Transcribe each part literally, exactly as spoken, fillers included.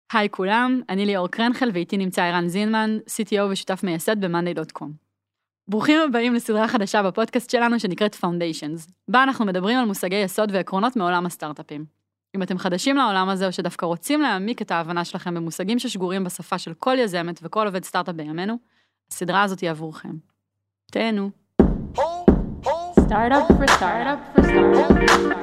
היי כולם, אני ליאור קרנחל ואיתי נמצא אירן זינמן, סי טי או ושותף מייסד ב-מאנדיי דוט קום. ברוכים הבאים לסדרה חדשה בפודקאסט שלנו שנקראת Foundations, בה אנחנו מדברים על מושגי יסוד ועקרונות מעולם הסטארט-אפים. אם אתם חדשים לעולם הזה או שדווקא רוצים להעמיק את ההבנה שלכם במושגים ששגורים בשפה של כל יזמת וכל עובד סטארט-אפ בימינו, הסדרה הזאת היא עבורכם. תהנו. Startup for startup for startup.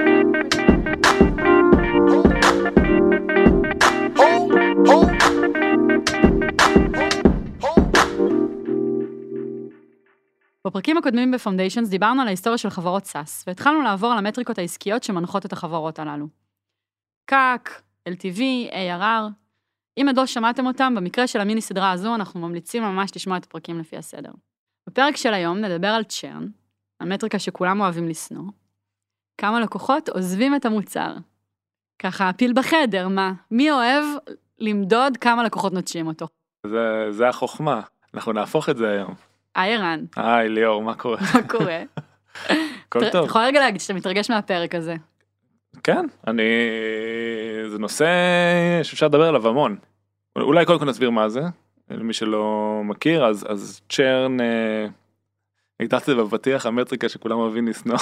בפרקים הקודמים ב-Foundations דיברנו על ההיסטוריה של חברות סאס, והתחלנו לעבור על המטריקות העסקיות שמנחות את החברות הללו. קאק, אל טי וי, איי אר אר. אם עוד לא שמעתם אותם, במקרה של המיני סדרה הזו אנחנו ממליצים ממש לשמוע את הפרקים לפי הסדר. בפרק של היום נדבר על צ'רן, המטריקה שכולם אוהבים לשנוא. כמה לקוחות עוזבים את המוצר. ככה, פיל בחדר, מה? מי אוהב למדוד כמה לקוחות נוטשים אותו? זה, זה החוכמה. אנחנו נהפוך את זה היום. היי ערן. היי ליאור, מה קורה? מה קורה? כל טוב. אתה יכול רגע להגיד שאתה מתרגש מהפרק הזה. כן, אני... זה נושא שאפשר לדבר עליו המון. אולי קודם כל נסביר מה זה. למי שלא מכיר, אז, אז צ'רן... הגדרתי בפתיח, המטריקה שכולם אוהבים לשנוא.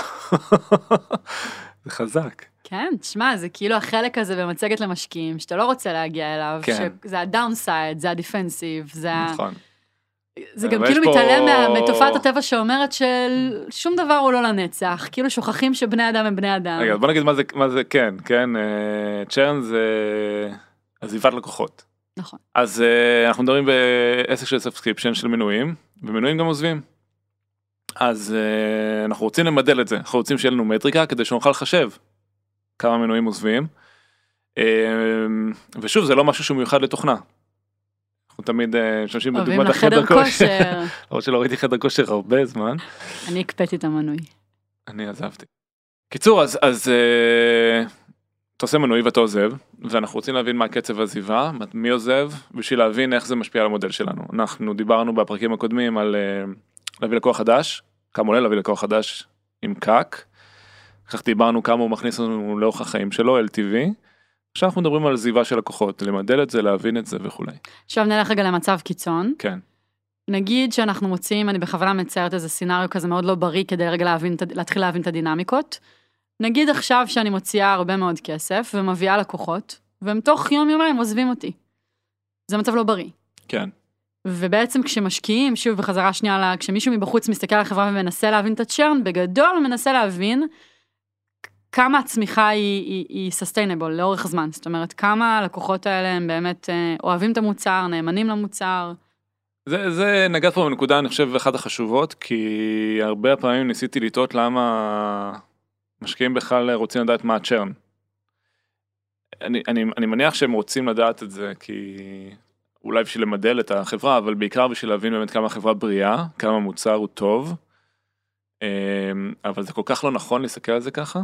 זה חזק. כן, תשמע, זה כאילו החלק הזה במצגת למשקיעים, שאתה לא רוצה להגיע אליו, כן. שזה הדאונסייד, זה הדפנסיב, זה... נכון. זה גם כאילו פה... מתעלם מתופעת הטבע שאומרת ששום דבר הוא לא לנצח, כאילו שוכחים שבני אדם הם בני אדם. רגע, בוא נגיד מה זה, מה זה כן, כן, צ'רן זה עזיבת לקוחות. נכון. אז אנחנו מדברים בעסק של סאבסקריפשן של מנויים, ומנויים גם עוזבים. אז uh, אנחנו רוצים למדל את זה, אנחנו רוצים שיהיה לנו מטריקה כדי שנוכל לחשב כמה מנויים עוזבים, uh, ושוב זה לא משהו שהוא מיוחד לתוכנה, אנחנו תמיד uh, משתמשים בדוגמת החדר כושר, למרות שלא ראיתי חדר כושר הרבה זמן. אני הקפאתי את המנוי. אני עזבתי. קיצור, אז, אז uh, אתה עושה מנוי ואתה עוזב, ואנחנו רוצים להבין מה קצב העזיבה, מי עוזב, בשביל להבין איך זה משפיע על המודל שלנו. אנחנו דיברנו בפרקים הקודמים על... Uh, להביא לקוח חדש, כמה עולה להביא לקוח חדש עם קאק, כך דיברנו כמה הוא מכניס לנו לאורך החיים שלו, אל טי וי, עכשיו אנחנו מדברים על עזיבה של לקוחות, למדל את זה, להבין את זה וכו'. עכשיו נלך רגע למצב קיצון. כן. נגיד שאנחנו מוצאים, אני בכוונה מציירת איזה סינריו כזה מאוד לא בריא, כדי רגע להבין, להתחיל להבין את הדינמיקות. נגיד עכשיו שאני מוציאה הרבה מאוד כסף, ומביאה לקוחות, והם תוך יום יומיים עוזבים אותי. זה מצב לא בריא. כן. ובעצם כשמשקיעים, שוב בחזרה שנייה, כשמישהו מבחוץ מסתכל על החברה ומנסה להבין את הצ'רן, בגדול הוא מנסה להבין כמה הצמיחה היא, היא, היא sustainable לאורך זמן. זאת אומרת, כמה הלקוחות האלה הם באמת אוהבים את המוצר, נאמנים למוצר. זה, זה נגעת פה בנקודה, אני חושב, אחת החשובות, כי הרבה פעמים ניסיתי לטעות למה משקיעים בכלל רוצים לדעת מה הצ'רן. אני, אני, אני מניח שהם רוצים לדעת את זה, כי... אולי בשביל למדל את החברה, אבל בעיקר בשביל להבין באמת כמה החברה בריאה, כמה מוצר הוא טוב, אבל זה כל כך לא נכון להסתכל על זה ככה,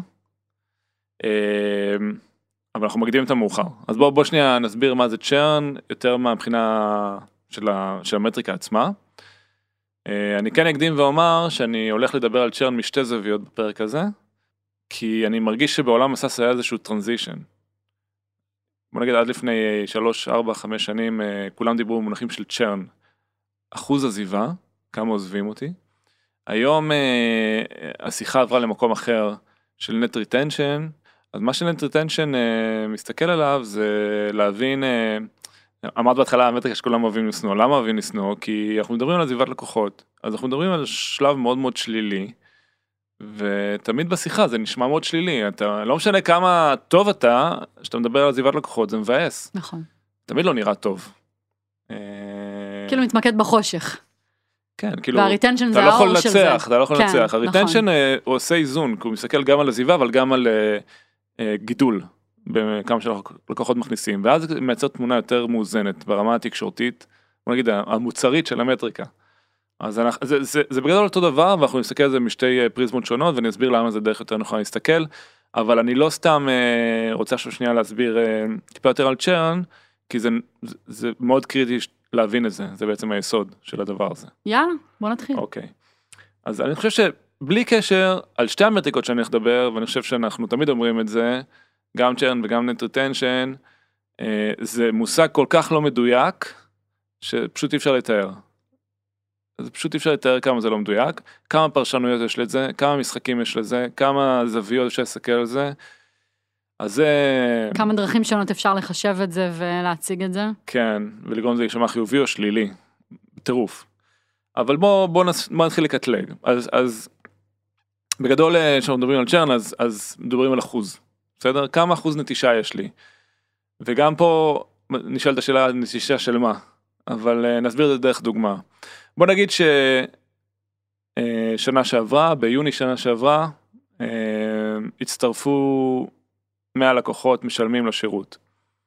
אבל אנחנו מקדימים את המאוחר. אז בואו בוא שנייה נסביר מה זה צ'רן, יותר מהבחינה של, ה, של המטריקה עצמה. אני כן אקדים ואומר שאני הולך לדבר על צ'רן משתי זוויות בפרק הזה, כי אני מרגיש שבעולם הסאס היה איזשהו טרנזישן. בוא נגיד, עד לפני שלוש, ארבע, חמש שנים, כולם דיברו במונחים של צ'רן. אחוז עזיבה, כמה עוזבים אותי. היום השיחה עברה למקום אחר של net retention, אז מה של net retention מסתכל עליו זה להבין, אמרת בהתחלה המטריקה שכולם אוהבים לשנוא, למה אוהבים לשנוא? כי אנחנו מדברים על עזיבת לקוחות, אז אנחנו מדברים על שלב מאוד מאוד שלילי, ותמיד בשיחה זה נשמע מאוד שלילי, אתה לא משנה כמה טוב אתה, שאתה מדבר על עזיבת לקוחות, זה מבאס. נכון. תמיד לא נראה טוב. כאילו מתמקד בחושך. כן, כאילו, והריטנשן זה אתה לא יכול האור של זה. לנצח, אתה לא יכול כן, לנצח. הריטנשן נכון. הוא עושה איזון, כי הוא מסתכל גם על עזיבה, אבל גם על גידול, בכמה שלקוחות מכניסים, ואז זה מייצר תמונה יותר מאוזנת, ברמה התקשורתית, בוא נגיד, המוצרית של המטריקה. אז אנחנו, זה, זה, זה בגדול אותו דבר, ואנחנו נסתכל על זה משתי פריזמות שונות, ואני אסביר למה זה דרך יותר נוכל להסתכל, אבל אני לא סתם אה, רוצה עכשיו שנייה להסביר אה, טיפה יותר על צ'רן, כי זה, זה, זה מאוד קריטי להבין את זה, זה בעצם היסוד של הדבר הזה. יאללה, בוא נתחיל. אוקיי. אז אני חושב שבלי קשר, על שתי המטריקות שאני אדבר, ואני חושב שאנחנו תמיד אומרים את זה, גם צ'רן וגם net retention, זה מושג כל כך לא מדויק, שפשוט אי אפשר לתאר. זה פשוט אי אפשר לתאר כמה זה לא מדויק, כמה פרשנויות יש לזה, כמה משחקים יש לזה, כמה זוויות אפשר לסתכל על זה. אז זה... כמה דרכים שונות אפשר לחשב את זה ולהציג את זה? כן, ולגרום לזה להישמע חיובי או שלילי. טירוף. אבל בוא, בוא, נס... בוא נתחיל לקטלג. אז, אז בגדול, כשאנחנו מדברים על צ'רן, אז, אז מדברים על אחוז. בסדר? כמה אחוז נטישה יש לי? וגם פה נשאלת השאלה, נטישה של מה? אבל נסביר את זה דרך דוגמה. בוא נגיד ששנה שעברה, ביוני שנה שעברה, הצטרפו מאה לקוחות משלמים לשירות.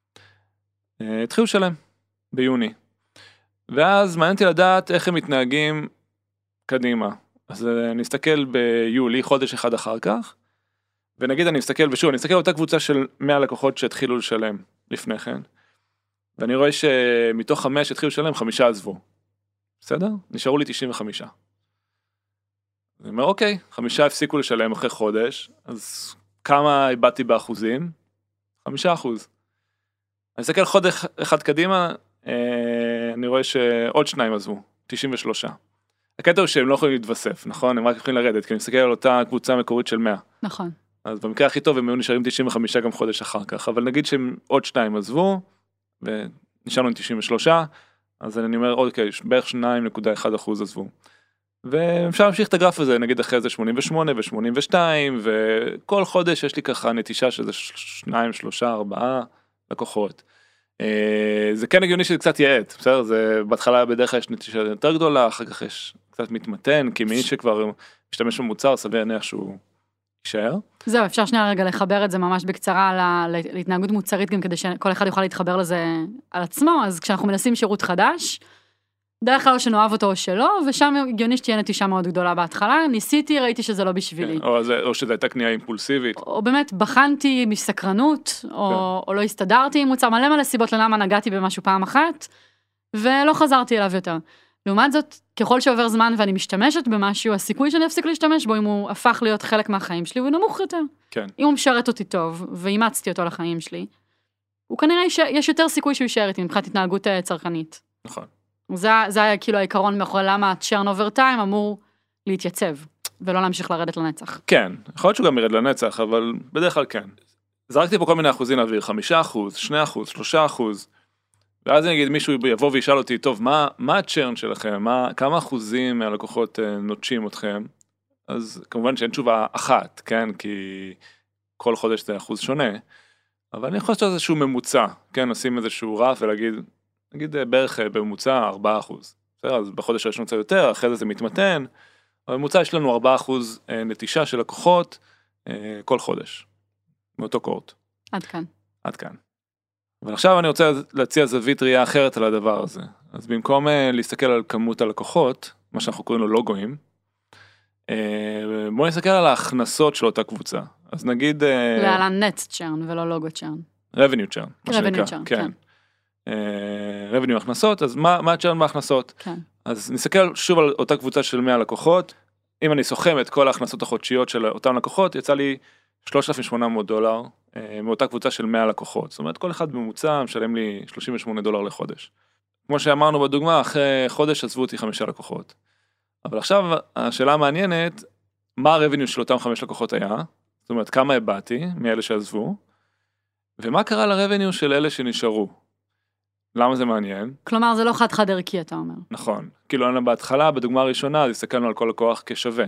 התחילו לשלם ביוני. ואז מעניינתי לדעת איך הם מתנהגים קדימה. אז נסתכל ביולי, חודש אחד אחר כך, ונגיד אני מסתכל, ושוב, אני מסתכל על אותה קבוצה של מאה לקוחות שהתחילו לשלם לפני כן, ואני רואה שמתוך חמש שהתחילו לשלם, חמישה עזבו. בסדר? נשארו לי תשעים וחמש. אני אומר, אוקיי, חמישה הפסיקו לשלם אחרי חודש, אז כמה איבדתי באחוזים? חמישה אחוז. אני מסתכל חודש אחד קדימה, אני רואה שעוד שניים עזבו, תשעים ושלוש. הקטע הוא שהם לא יכולים להתווסף, נכון? הם רק יכולים לרדת, כי אני מסתכל על אותה קבוצה מקורית של מאה. נכון. אז במקרה הכי טוב הם היו נשארים תשעים וחמש גם חודש אחר כך, אבל נגיד שהם עוד שניים עזבו, ונשארנו עם תשעים ושלוש, אז אני אומר, אוקיי, בערך שתיים נקודה אחת אחוז עזבו. ואפשר להמשיך את הגרף הזה, נגיד אחרי זה שמונים ושמונה ו-שמונים ושתיים, וכל חודש יש לי ככה נטישה שזה שניים, שלושה, ארבעה לקוחות. זה כן הגיוני שזה קצת יעט, בסדר? זה בהתחלה בדרך כלל יש נטישה יותר גדולה, אחר כך יש קצת מתמתן, כי מי שכבר משתמש במוצר, סביר להניח שהוא יישאר. זהו, אפשר שנייה רגע לחבר את זה ממש בקצרה להתנהגות מוצרית, גם כדי שכל אחד יוכל להתחבר לזה על עצמו, אז כשאנחנו מנסים שירות חדש, דרך כלל או שנאהב אותו או שלא, ושם הגיוני שתהיה נטישה מאוד גדולה בהתחלה, ניסיתי, ראיתי שזה לא בשבילי. כן, או, זה, או שזו הייתה קנייה אימפולסיבית. או באמת בחנתי מסקרנות, או, כן. או לא הסתדרתי עם מוצר, מלא מלא סיבות ללמה נגעתי במשהו פעם אחת, ולא חזרתי אליו יותר. לעומת זאת, ככל שעובר זמן ואני משתמשת במשהו, הסיכוי שאני אפסיק להשתמש בו, אם הוא הפך להיות חלק מהחיים שלי, הוא נמוך יותר. כן. אם הוא משרת אותי טוב, ואימצתי אותו לחיים שלי, הוא כנראה יש, יש יותר סיכוי שהוא יישאר איתי, מבחינת התנהגות צרכנית. נכון. זה, זה היה כאילו העיקרון מאחורי למה צ'רן אובר טיים אמור להתייצב, ולא להמשיך לרדת לנצח. כן, יכול להיות שהוא גם ירד לנצח, אבל בדרך כלל כן. זרקתי פה כל מיני אחוזים להעביר, חמישה אחוז, שני אחוז, שלושה אחוז, ואז אני אגיד, מישהו יבוא וישאל אותי, טוב, מה, מה הצ'רן שלכם? מה, כמה אחוזים מהלקוחות נוטשים אתכם? אז כמובן שאין תשובה אחת, כן? כי כל חודש זה אחוז שונה, אבל אני חושב שזה איזשהו ממוצע, כן? נשים איזשהו רף ולהגיד, נגיד בערך בממוצע ארבעה אחוז. בסדר? אז בחודש הראשון קצת יותר, אחרי זה זה מתמתן, אבל בממוצע יש לנו ארבעה אחוז נטישה של לקוחות כל חודש, מאותו קורט. עד כאן. עד כאן. אבל עכשיו אני רוצה להציע זווית ראייה אחרת על הדבר הזה. אז במקום להסתכל על כמות הלקוחות, מה שאנחנו קוראים לו לוגויים, בואו נסתכל על ההכנסות של אותה קבוצה. אז נגיד... להלן נט צ'רן ולא לוגו צ'רן. revenue צ'רן. revenue צ'רן, כן. revenue הכנסות, אז מה, מה הצ'רן בהכנסות? כן. אז נסתכל שוב על אותה קבוצה של מאה לקוחות. אם אני סוכם את כל ההכנסות החודשיות של אותם לקוחות, יצא לי שלושת אלפים ושמונה מאות דולר מאותה קבוצה של מאה לקוחות. זאת אומרת, כל אחד בממוצע משלם לי שלושים ושמונה דולר לחודש. כמו שאמרנו בדוגמה, אחרי חודש עזבו אותי חמישה לקוחות. אבל עכשיו השאלה המעניינת, מה הרבניו של אותם חמש לקוחות היה? זאת אומרת, כמה הבאתי מאלה שעזבו, ומה קרה לרבניו של אלה שנשארו? למה זה מעניין? כלומר, זה לא חד חד ערכי, אתה אומר. נכון. כאילו, אני בהתחלה, בדוגמה הראשונה, אז הסתכלנו על כל לקוח כשווה.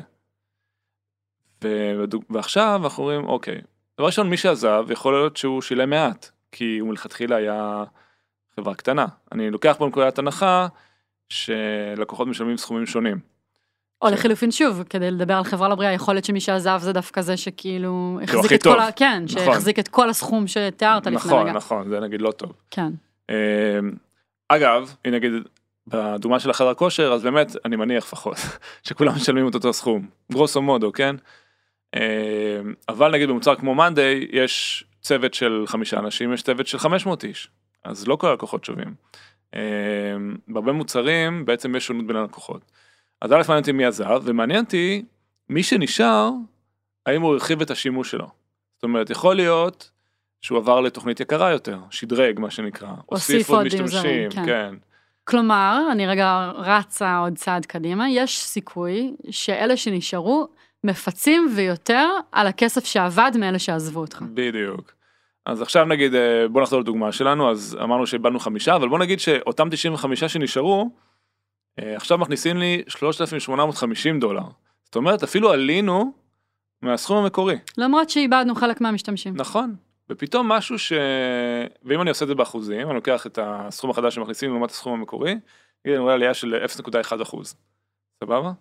ועכשיו אנחנו אומרים, אוקיי, דבר ראשון, מי שעזב, יכול להיות שהוא שילם מעט, כי הוא מלכתחילה היה חברה קטנה. אני לוקח פה נקודת הנחה, שלקוחות משלמים סכומים שונים. או לחילופין שוב, כדי לדבר על חברה לבריאה, יכול להיות שמי שעזב זה דווקא זה שכאילו, החזיק את טוב. כל ה... כן, נכון. שהחזיק את כל הסכום שתיארת לפני נכון, רגע. נכון, נכון, זה נגיד לא טוב. כן. אגב, אם נגיד, בדוגמה של החדר כושר, אז באמת, אני מניח פחות, שכולם משלמים את אותו סכום. גרוסו מודו, כן? אבל נגיד במוצר כמו מאנדיי, יש צוות של חמישה אנשים, יש צוות של חמש מאות איש. אז לא כל הלקוחות שווים. בהרבה מוצרים, בעצם יש שונות בין הלקוחות. אז א' מעניין אותי מי עזב, ומעניין אותי מי שנשאר, האם הוא הרחיב את השימוש שלו. זאת אומרת, יכול להיות שהוא עבר לתוכנית יקרה יותר, שדרג מה שנקרא, הוסיף עוד משתמשים, כן. כן. כלומר, אני רגע רצה עוד צעד קדימה, יש סיכוי שאלה שנשארו מפצים ויותר על הכסף שעבד מאלה שעזבו אותך. בדיוק. אז עכשיו נגיד, בוא נחזור לדוגמה שלנו, אז אמרנו שאיבדנו חמישה, אבל בוא נגיד שאותם תשעים וחמישה שנשארו, עכשיו מכניסים לי שלושת אלפים שמונה מאות וחמישים דולר. זאת אומרת, אפילו עלינו מהסכום המקורי. למרות שאיבדנו חלק מהמשתמשים. נכון. ופתאום משהו ש... ואם אני עושה את זה באחוזים, אני לוקח את הסכום החדש שמכניסים לעומת הסכום המקורי, אני רואה עלייה של אפס נקודה אחת אחוז. סבבה?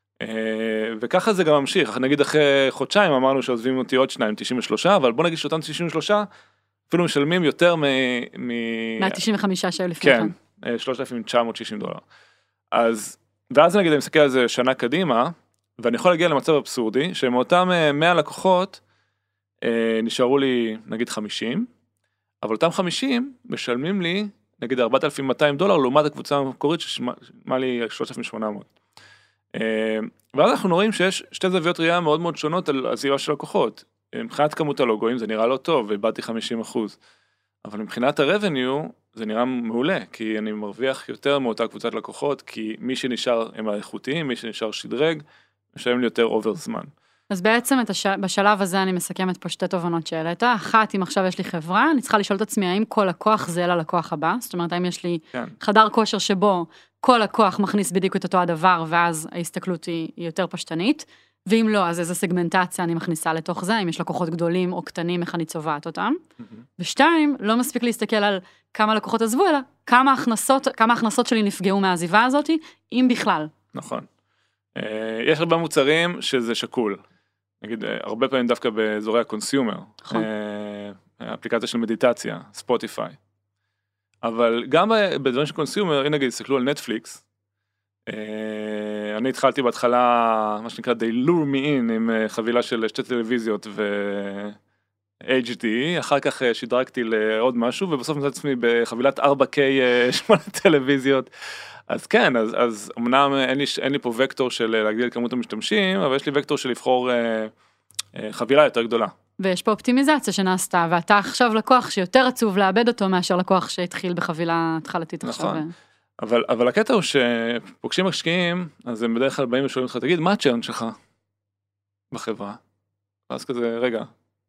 וככה זה גם ממשיך. נגיד אחרי חודשיים אמרנו שעוזבים אותי עוד שניים, תשעים ושלושה, אבל בוא נגיד שאותם תשעים ושלושה, אפילו משלמים יותר מ... מה-תשעים וחמישה שהיו לפני כן, שלושת אלפים תשע מאות ושישים דולר. אז, ואז נגיד אני מסתכל על זה שנה קדימה, ואני יכול להגיע למצב אבסורדי, שמאותם מאה לקוחות, נשארו לי נגיד חמישים, אבל אותם חמישים משלמים לי נגיד ארבעת אלפים ומאתיים דולר, לעומת הקבוצה המקורית ששמע לי שלושת אלפים ושמונה מאות. ואז אנחנו רואים שיש שתי זוויות ראייה מאוד מאוד שונות על הזירה של לקוחות. מבחינת כמות הלוגויים זה נראה לא טוב, ואיבדתי חמישים אחוז. אבל מבחינת הרבניו זה נראה מעולה, כי אני מרוויח יותר מאותה קבוצת לקוחות, כי מי שנשאר הם האיכותיים, מי שנשאר שדרג, משלם לי יותר אובר זמן. אז בעצם הש... בשלב הזה אני מסכמת פה שתי תובנות שהעלית. אחת, אם עכשיו יש לי חברה, אני צריכה לשאול את עצמי, האם כל לקוח זה ללקוח הבא? זאת אומרת, האם יש לי כן. חדר כושר שבו כל לקוח מכניס בדיוק את אותו הדבר, ואז ההסתכלות היא, היא יותר פשטנית, ואם לא, אז איזו סגמנטציה אני מכניסה לתוך זה, אם יש לקוחות גדולים או קטנים, איך אני צובעת אותם. Mm-hmm. ושתיים, לא מספיק להסתכל על כמה לקוחות עזבו, אלא כמה הכנסות, כמה הכנסות שלי נפגעו מהעזיבה הזאת, אם בכלל. נכון. יש הרבה מוצרים שזה שקול. נגיד, הרבה פעמים דווקא באזורי הקונסיומר. נכון. אפליקציה של מדיטציה, ספוטיפיי. אבל גם בדברים של קונסיומר, הנה נגיד, תסתכלו על נטפליקס, אני התחלתי בהתחלה, מה שנקרא, they lure me in, עם חבילה של שתי טלוויזיות ו-אייץ' די, אחר כך שדרגתי לעוד משהו, ובסוף מצאתי עצמי בחבילת ארבע קיי שמונה טלוויזיות. אז כן, אז, אז אמנם אין לי, אין לי פה וקטור של להגדיל את כמות המשתמשים, אבל יש לי וקטור של לבחור אה, אה, חבילה יותר גדולה. ויש פה אופטימיזציה שנעשתה, ואתה עכשיו לקוח שיותר עצוב לאבד אותו, מאשר לקוח שהתחיל בחבילה התחלתית עכשיו. נכון, אבל, אבל הקטע הוא שפוגשים משקיעים, אז הם בדרך כלל באים ושואלים אותך, תגיד, מה הצ'רן שלך בחברה? ואז כזה, רגע,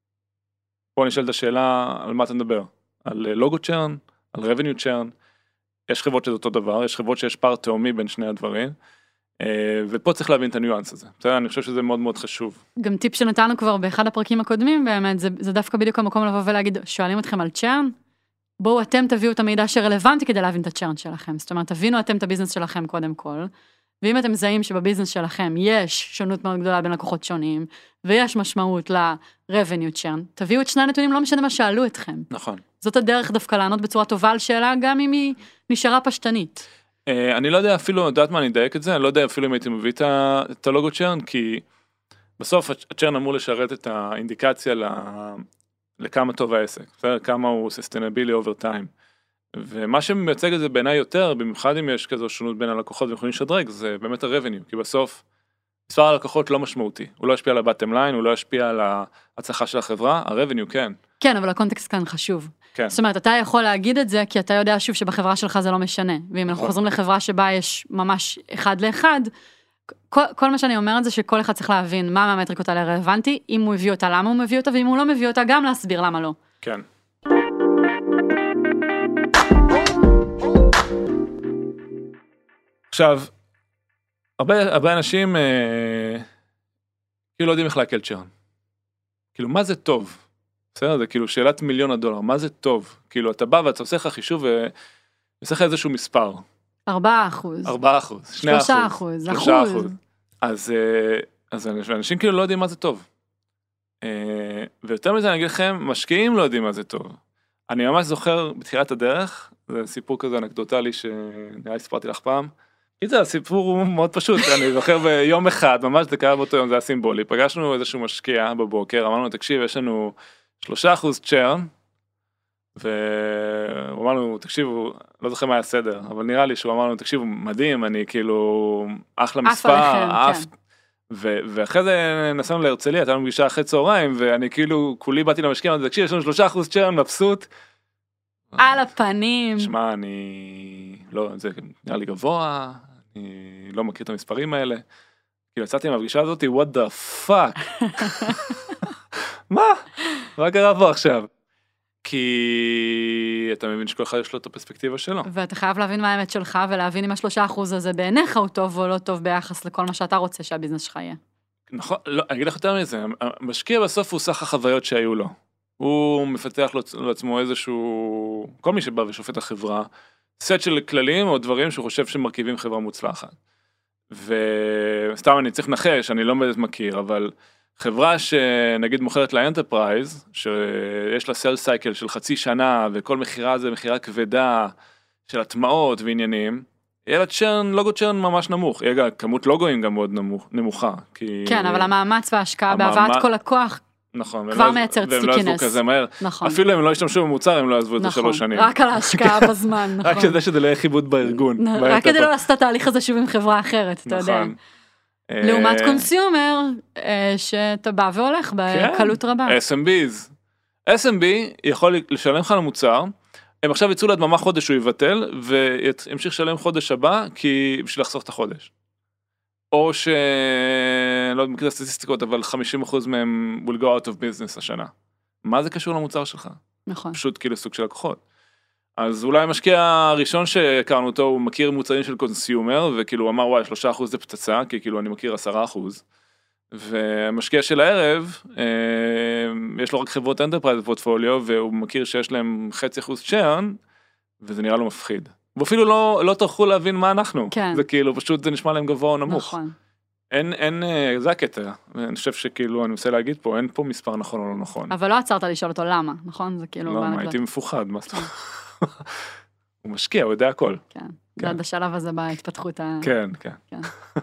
פה נשאל את השאלה על מה אתה מדבר, על לוגו צ'רן, על רבניו צ'רן, יש חברות שזה אותו דבר, יש חברות שיש פער תאומי בין שני הדברים, ופה צריך להבין את הניואנס הזה. אני חושב שזה מאוד מאוד חשוב. גם טיפ שנתנו כבר באחד הפרקים הקודמים, באמת, זה, זה דווקא בדיוק המקום לבוא ולהגיד, שואלים אתכם על צ'רן, בואו אתם תביאו את המידע שרלוונטי כדי להבין את הצ'רן שלכם. זאת אומרת, תבינו אתם את הביזנס שלכם קודם כל, ואם אתם מזהים שבביזנס שלכם יש שונות מאוד גדולה בין לקוחות שונים, ויש משמעות ל-revenue churn, תביאו את שני הנתונים, לא משנה מה שאלו אתכם. נכון. זאת הדרך דווקא לענות בצורה טובה על שאלה, גם אם היא נשארה פשטנית. אני לא יודע אפילו, יודעת מה אני אדייק את זה, אני לא יודע אפילו אם הייתי מביא את הלוגו צ'רן, כי בסוף הצ'רן אמור לשרת את האינדיקציה לכמה טוב העסק, כמה הוא sustainability over time. ומה שמייצג את זה בעיניי יותר, במיוחד אם יש כזו שונות בין הלקוחות ויכולים לשדרג, זה באמת הרבניו, כי בסוף מספר הלקוחות לא משמעותי, הוא לא ישפיע על הבטם ליין, הוא לא ישפיע על ההצלחה של החברה, הרבניו כן. כן, אבל הקונטקסט כאן חשוב. כן. זאת אומרת, אתה יכול להגיד את זה, כי אתה יודע שוב שבחברה שלך זה לא משנה, ואם אנחנו חוזרים לחברה שבה יש ממש אחד לאחד, כל, כל מה שאני אומרת זה שכל אחד צריך להבין מה מהמטריקות האלה רלוונטי, אם הוא הביא אותה, למה הוא מביא אותה, ואם הוא לא מביא אותה, גם להסביר למה לא. כן. עכשיו, הרבה, הרבה אנשים אה, כאילו לא יודעים איך להקל צ'רן. כאילו, מה זה טוב? בסדר? זה כאילו שאלת מיליון הדולר, מה זה טוב? כאילו, אתה בא ואתה עושה לך חישוב ועושה לך איזשהו מספר. ארבעה אחוז. ארבעה אחוז, שני אחוז. שלושה אחוז, שלושה אחוז. אז, אז אנשים כאילו לא יודעים מה זה טוב. ויותר מזה אני אגיד לכם, משקיעים לא יודעים מה זה טוב. אני ממש זוכר בתחילת הדרך, זה סיפור כזה אנקדוטלי שנראה לי ספרתי לך פעם, זה הסיפור הוא מאוד פשוט, אני זוכר ביום אחד, ממש זה קרה באותו יום, זה היה סימבולי, פגשנו איזשהו משקיע בבוקר, אמרנו, תקשיב, יש לנו שלושה אחוז צ'רן, והוא אמר לנו, תקשיבו, לא זוכר מה היה סדר, אבל נראה לי שהוא אמר לנו, תקשיבו, מדהים, אני כאילו, אחלה מספר, אף, ו- ואחרי זה נסענו להרצליה, הייתה לנו פגישה אחרי צהריים, ואני כאילו, כולי באתי למשקיע, אמרתי, תקשיב, יש לנו שלושה אחוז צ'רן, מבסוט. על הפנים. שמע, אני, לא, זה נראה לי גבוה, אני לא מכיר את המספרים האלה. כאילו, יצאתי מהפגישה הזאת, what the fuck? מה? מה קרה פה עכשיו? כי אתה מבין שכל אחד יש לו את הפרספקטיבה שלו. ואתה חייב להבין מה האמת שלך, ולהבין אם השלושה אחוז הזה בעיניך הוא טוב או לא טוב ביחס לכל מה שאתה רוצה שהביזנס שלך יהיה. נכון, לא, אני אגיד לך יותר מזה, המשקיע בסוף הוא סך החוויות שהיו לו. הוא מפתח לעצמו איזשהו, כל מי שבא ושופט החברה, סט של כללים או דברים שהוא חושב שמרכיבים חברה מוצלחת. וסתם אני צריך נחש, אני לא באמת מכיר, אבל חברה שנגיד מוכרת לאנטרפרייז, שיש לה סל סייקל של חצי שנה, וכל מחירה זה מחירה כבדה של הטמעות ועניינים, יהיה לה צ'רן, לוגו צ'רן ממש נמוך, יהיה כמות לוגוים גם מאוד נמוך, נמוכה. כי... כן, אבל המאמץ וההשקעה בהבאת כל לקוח, נכון, כבר מייצר סטיקינס. והם לא עזבו כזה מהר. נכון. אפילו אם הם לא השתמשו במוצר, הם לא עזבו את זה שלוש שנים. רק על ההשקעה בזמן, נכון. רק כדי שזה לא יהיה חיבוד בארגון. רק כדי לא לעשות את התהליך הזה שוב עם חברה אחרת, אתה יודע. לעומת קונסיומר, שאתה בא והולך בקלות רבה. אס אם ביז. אס אם בי יכול לשלם לך למוצר, הם עכשיו יצאו להדממה חודש שהוא יבטל, וימשיך לשלם חודש הבא, כי בשביל לחסוך את החודש. או ש... לא מכיר את הסטטיסטיקות, אבל חמישים אחוז מהם will go out of business השנה. מה זה קשור למוצר שלך? נכון. פשוט כאילו סוג של לקוחות. אז אולי המשקיע הראשון שהכרנו אותו, הוא מכיר מוצרים של קונסיומר, וכאילו הוא אמר, וואי, שלושה אחוז זה פצצה, כי כאילו אני מכיר עשרה אחוז. והמשקיע של הערב, יש לו רק חברות אנטרפרייז בפורטפוליו, והוא מכיר שיש להם חצי אחוז צ'רן, וזה נראה לו מפחיד. ואפילו לא, לא תוכלו להבין מה אנחנו. כן. זה כאילו, פשוט זה נשמע להם גבוה או נמוך. נכון. אין, אין, זה הקטע. אני חושב שכאילו, אני מנסה להגיד פה, אין פה מספר נכון או לא נכון. אבל לא עצרת לשאול אותו למה, נכון? זה כאילו... לא, הייתי מפוחד, מה זאת אומרת? הוא משקיע, הוא יודע הכל. כן, זה עד השלב הזה בהתפתחות ה... כן, כן.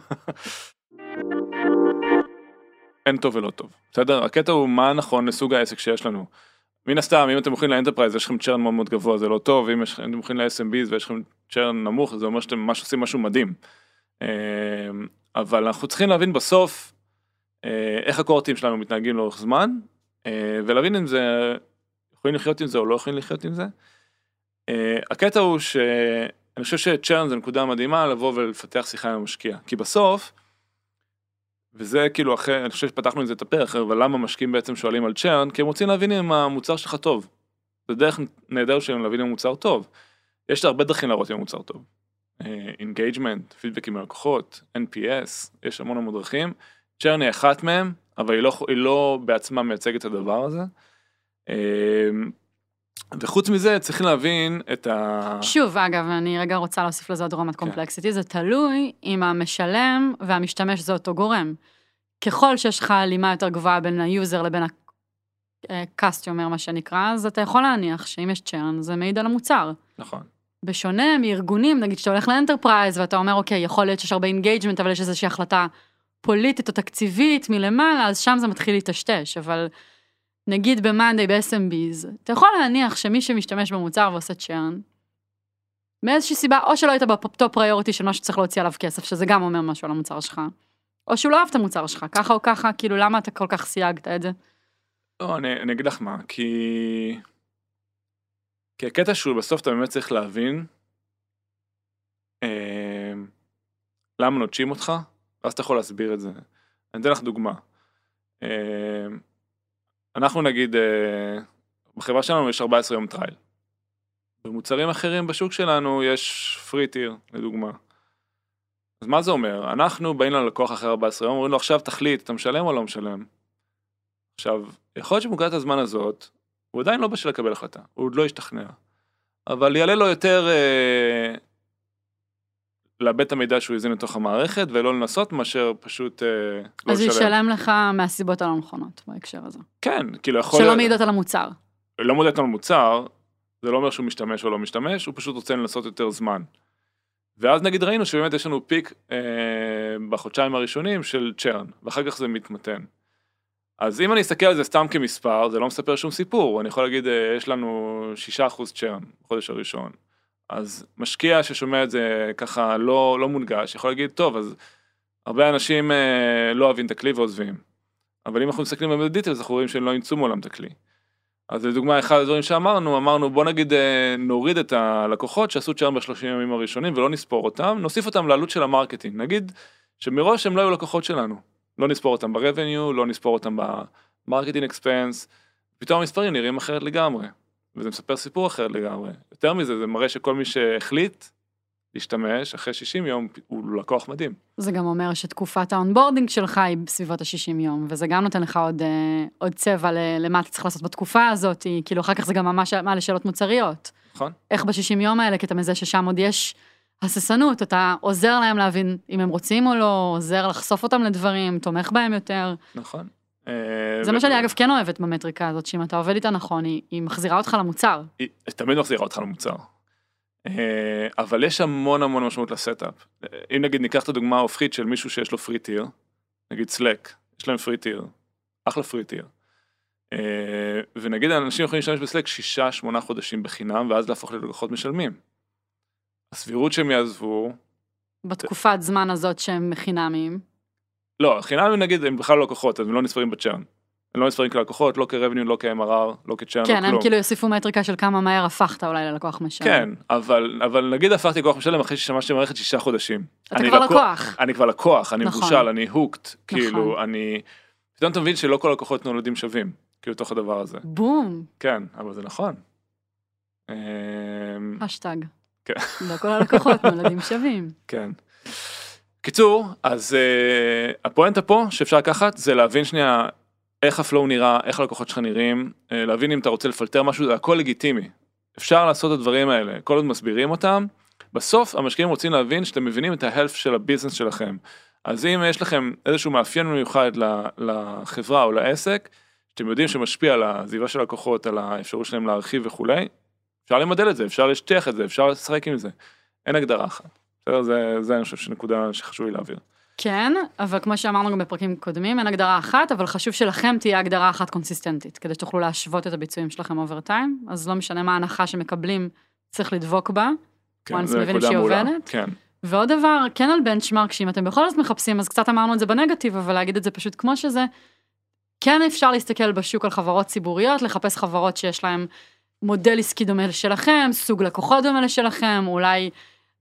אין טוב ולא טוב. בסדר? הקטע הוא מה נכון לסוג העסק שיש לנו. מן הסתם, אם אתם מוכנים לאנטרפרייז, יש לכם צ'רן מאוד מאוד גבוה, זה לא טוב, אם אתם מוכנים ל-אס אם ביז ויש לכם צ'רן נמוך, זה אומר שאתם ממש עושים משהו מדהים. אבל אנחנו צריכים להבין בסוף, איך הקורטים שלנו מתנהגים לאורך זמן, ולהבין אם זה, יכולים לחיות עם זה או לא יכולים לחיות עם זה. הקטע הוא שאני חושב שצ'רן זה נקודה מדהימה, לבוא ולפתח שיחה עם המשקיע, כי בסוף, וזה כאילו אחרי, אני חושב שפתחנו את זה את הפרק, אבל למה משקיעים בעצם שואלים על צ'רן? כי הם רוצים להבין אם המוצר שלך טוב. זה דרך נהדר שלהם להבין אם המוצר טוב. יש הרבה דרכים להראות אם המוצר טוב. אינגייג'מנט, פידבקים מלקוחות, אן פי אס, יש המון המון דרכים. צ'רן היא אחת מהם, אבל היא לא, היא לא בעצמה מייצגת את הדבר הזה. וחוץ מזה צריכים להבין את ה... שוב, אגב, אני רגע רוצה להוסיף לזה עוד רמת קומפלקסיטי, זה תלוי אם המשלם והמשתמש זה אותו גורם. ככל שיש לך הלימה יותר גבוהה בין היוזר לבין הקסטומר, מה שנקרא, אז אתה יכול להניח שאם יש צ'רן, זה מעיד על המוצר. נכון. בשונה מארגונים, נגיד שאתה הולך לאנטרפרייז, ואתה אומר, אוקיי, יכול להיות שיש הרבה אינגייג'מנט, אבל יש איזושהי החלטה פוליטית או תקציבית מלמעלה, אז שם זה מתחיל להתשתש, אבל נגיד במאנדיי, ב-אס אם ביז, אתה יכול להניח שמי שמשתמש במוצר ועושה צ'רן, מאיזושהי סיבה, או שלא היית בפטופ פריוריטי של מה שצריך להוציא עליו כסף, שזה גם אומר משהו על המוצר שלך, או שהוא לא אוהב את המוצר שלך, ככה או ככה, כאילו למה אתה כל כך סייגת את זה? לא, אני, אני אגיד לך מה, כי... כי הקטע שהוא בסוף אתה באמת צריך להבין אה, למה נוטשים אותך, ואז אתה יכול להסביר את זה. אני אתן לך דוגמה. אה, אנחנו נגיד, אה, בחברה שלנו יש ארבעה עשר יום טרייל. במוצרים אחרים בשוק שלנו יש פרי טיר, לדוגמה. אז מה זה אומר? אנחנו באים ללקוח אחרי ארבעה עשר יום, אומרים לו עכשיו תחליט, אתה משלם או לא משלם? עכשיו, יכול להיות שבנקודת הזמן הזאת, הוא עדיין לא בשביל לקבל החלטה, הוא עוד לא ישתכנע. אבל יעלה לו יותר אה, לאבד את המידע שהוא יזין לתוך המערכת, ולא לנסות מאשר פשוט אה, לא לשלם. אז הוא ישלם לך מהסיבות הלא נכונות, בהקשר הזה. כן, כאילו יכול... שלא מעידות על המוצר. לא מעידות על המוצר, זה לא אומר שהוא משתמש או לא משתמש, הוא פשוט רוצה לנסות יותר זמן. ואז נגיד ראינו שבאמת יש לנו פיק אה, בחודשיים הראשונים של צ'רן, ואחר כך זה מתמתן. אז אם אני אסתכל על זה סתם כמספר, זה לא מספר שום סיפור, אני יכול להגיד, יש לנו שישה אחוז צ'רן בחודש הראשון, אז משקיע ששומע את זה ככה לא, לא מונגש, יכול להגיד, טוב, אז הרבה אנשים אה, לא אוהבים את הכלי ועוזבים. אבל אם אנחנו מסתכלים על דיטלס, אנחנו רואים שהם לא ימצאו מעולם את הכלי. אז לדוגמה, אחד הדברים שאמרנו, אמרנו בוא נגיד אה, נוריד את הלקוחות שעשו צ'רן בשלושים ימים הראשונים ולא נספור אותם, נוסיף אותם לעלות של המרקטינג. נגיד שמראש הם לא היו לקוחות שלנו. לא נספור אותם ברבניו, לא נספור אותם במרקטינג אקספנס, פתאום המספרים נראים אחרת לגמרי. וזה מספר סיפור אחר לגמרי. יותר מזה, זה מראה שכל מי שהחליט להשתמש אחרי שישים יום, הוא לקוח מדהים. זה גם אומר שתקופת האונבורדינג שלך היא בסביבות ה-שישים יום, וזה גם נותן לך עוד, עוד צבע למה אתה צריך לעשות בתקופה הזאת, כאילו אחר כך זה גם ממש מעלה שאלות מוצריות. נכון. איך ב-שישים יום האלה, כי אתה מזה ששם עוד יש הססנות, אתה עוזר להם להבין אם הם רוצים או לא, עוזר לחשוף אותם לדברים, תומך בהם יותר. נכון. זה מה שאני אגב כן אוהבת במטריקה הזאת, שאם אתה עובד איתה נכון, היא, היא מחזירה אותך למוצר. היא תמיד מחזירה אותך למוצר. אבל יש המון המון משמעות לסטאפ. אם נגיד ניקח את הדוגמה ההופכית של מישהו שיש לו פרי טיר, נגיד Slack, יש להם פרי טיר, אחלה פרי טיר. ונגיד האנשים יכולים להשתמש בסלק שישה, שמונה חודשים בחינם, ואז להפוך ללקוחות משלמים. הסבירות שהם יעזבו... בתקופת זמן הזאת שהם חינמים. לא, חינמים נגיד הם בכלל לא לקוחות, אז הם לא נספרים בצ'רן. הם לא נספרים כלקוחות, לא כרבניו, לא כ-אם אר אר, לא כצ'רן, כן, לא כלום. הם כאילו יוסיפו מטריקה של כמה מהר הפכת אולי ללקוח משלם. כן, אבל, אבל נגיד הפכתי לקוח משלם אחרי ששמשתי מערכת שישה חודשים. אתה כבר לקוח. אני כבר לקוח, אני נכון. מבושל, אני הוקט, נכון. כאילו, אני... פתאום אתה מבין שלא כל לקוחות נולדים שווים, כאילו, תוך הדבר הזה. בום. כן, אבל זה נכון. השטג. כן. לא כל הלקוחות נולדים שווים. כן. קיצור, אז uh, הפואנטה פה שאפשר לקחת זה להבין שנייה איך הפלואו נראה, איך הלקוחות שלך נראים, uh, להבין אם אתה רוצה לפלטר משהו, זה הכל לגיטימי. אפשר לעשות את הדברים האלה, כל עוד מסבירים אותם. בסוף המשקיעים רוצים להבין שאתם מבינים את ההלף של הביזנס שלכם. אז אם יש לכם איזשהו מאפיין מיוחד לחברה או לעסק, שאתם יודעים שמשפיע על הזיבה של הלקוחות, על האפשרות שלהם להרחיב וכולי, אפשר למדל את זה, אפשר להשטיח את זה, אפשר לשחק עם זה. אין הגדרה אחת. זה, זה אני חושב שנקודה שחשוב לי להעביר. כן, אבל כמו שאמרנו גם בפרקים קודמים, אין הגדרה אחת, אבל חשוב שלכם תהיה הגדרה אחת קונסיסטנטית, כדי שתוכלו להשוות את הביצועים שלכם אובר טיים, אז לא משנה מה ההנחה שמקבלים, צריך לדבוק בה, כן, זה נקודה מעולה. כן. ועוד דבר, כן על בנצ'מרק, שאם אתם בכל זאת מחפשים, אז קצת אמרנו את זה בנגטיב, אבל להגיד את זה פשוט כמו שזה, כן אפשר להסתכל בשוק על חברות ציבוריות, לחפש חברות שיש להם מודל עסקי דומה לשלכם, סוג לקוחות דומה לשלכם, אולי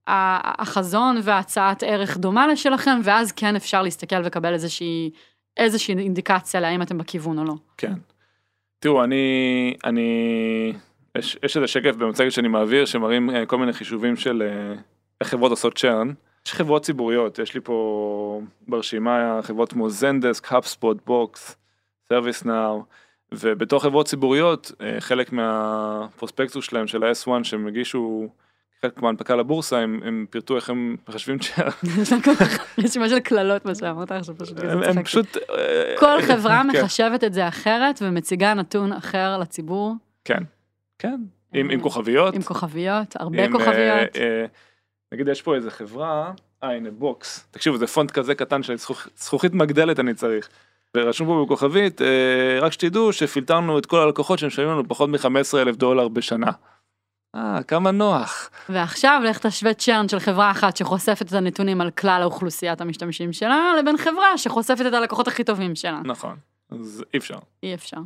החזון והצעת ערך דומה לשלכם, ואז כן אפשר להסתכל ולקבל איזושהי, איזושהי אינדיקציה להאם אתם בכיוון או לא. כן. תראו, אני, אני, יש, יש איזה שקף במצגת שאני מעביר, שמראים כל מיני חישובים של איך חברות עושות צ'רן. יש חברות ציבוריות, יש לי פה ברשימה חברות כמו זנדסק, HubSpot, בוקס, ServiceNow, ובתוך חברות ציבוריות, חלק מהפרוספקטוס שלהם של ה-אס וואן שהם הגישו, חלק כמו הנפקה לבורסה, הם, הם פירטו איך הם מחשבים צ'רן. יש משהו כללות מה שאמרת עכשיו פשוט. הם פשוט... כל חברה מחשבת את זה אחרת, ומציגה נתון אחר לציבור. כן, כן. עם כוכביות. עם כוכביות, הרבה כוכביות. נגיד, יש פה איזה חברה, אה, הנה, בוקס. תקשיבו, זה פונט כזה קטן של זכוכית מגדלת אני צריך. ורשום פה בכוכבית, רק שתדעו שפילטרנו את כל הלקוחות שמשלמים לנו פחות מ-חמישה עשר אלף דולר בשנה. אה, כמה נוח. ועכשיו לך תשווה צ'רן של חברה אחת שחושפת את הנתונים על כלל האוכלוסיית המשתמשים שלה, לבין חברה שחושפת את הלקוחות הכי טובים שלה. נכון, אז אי אפשר. אי אפשר.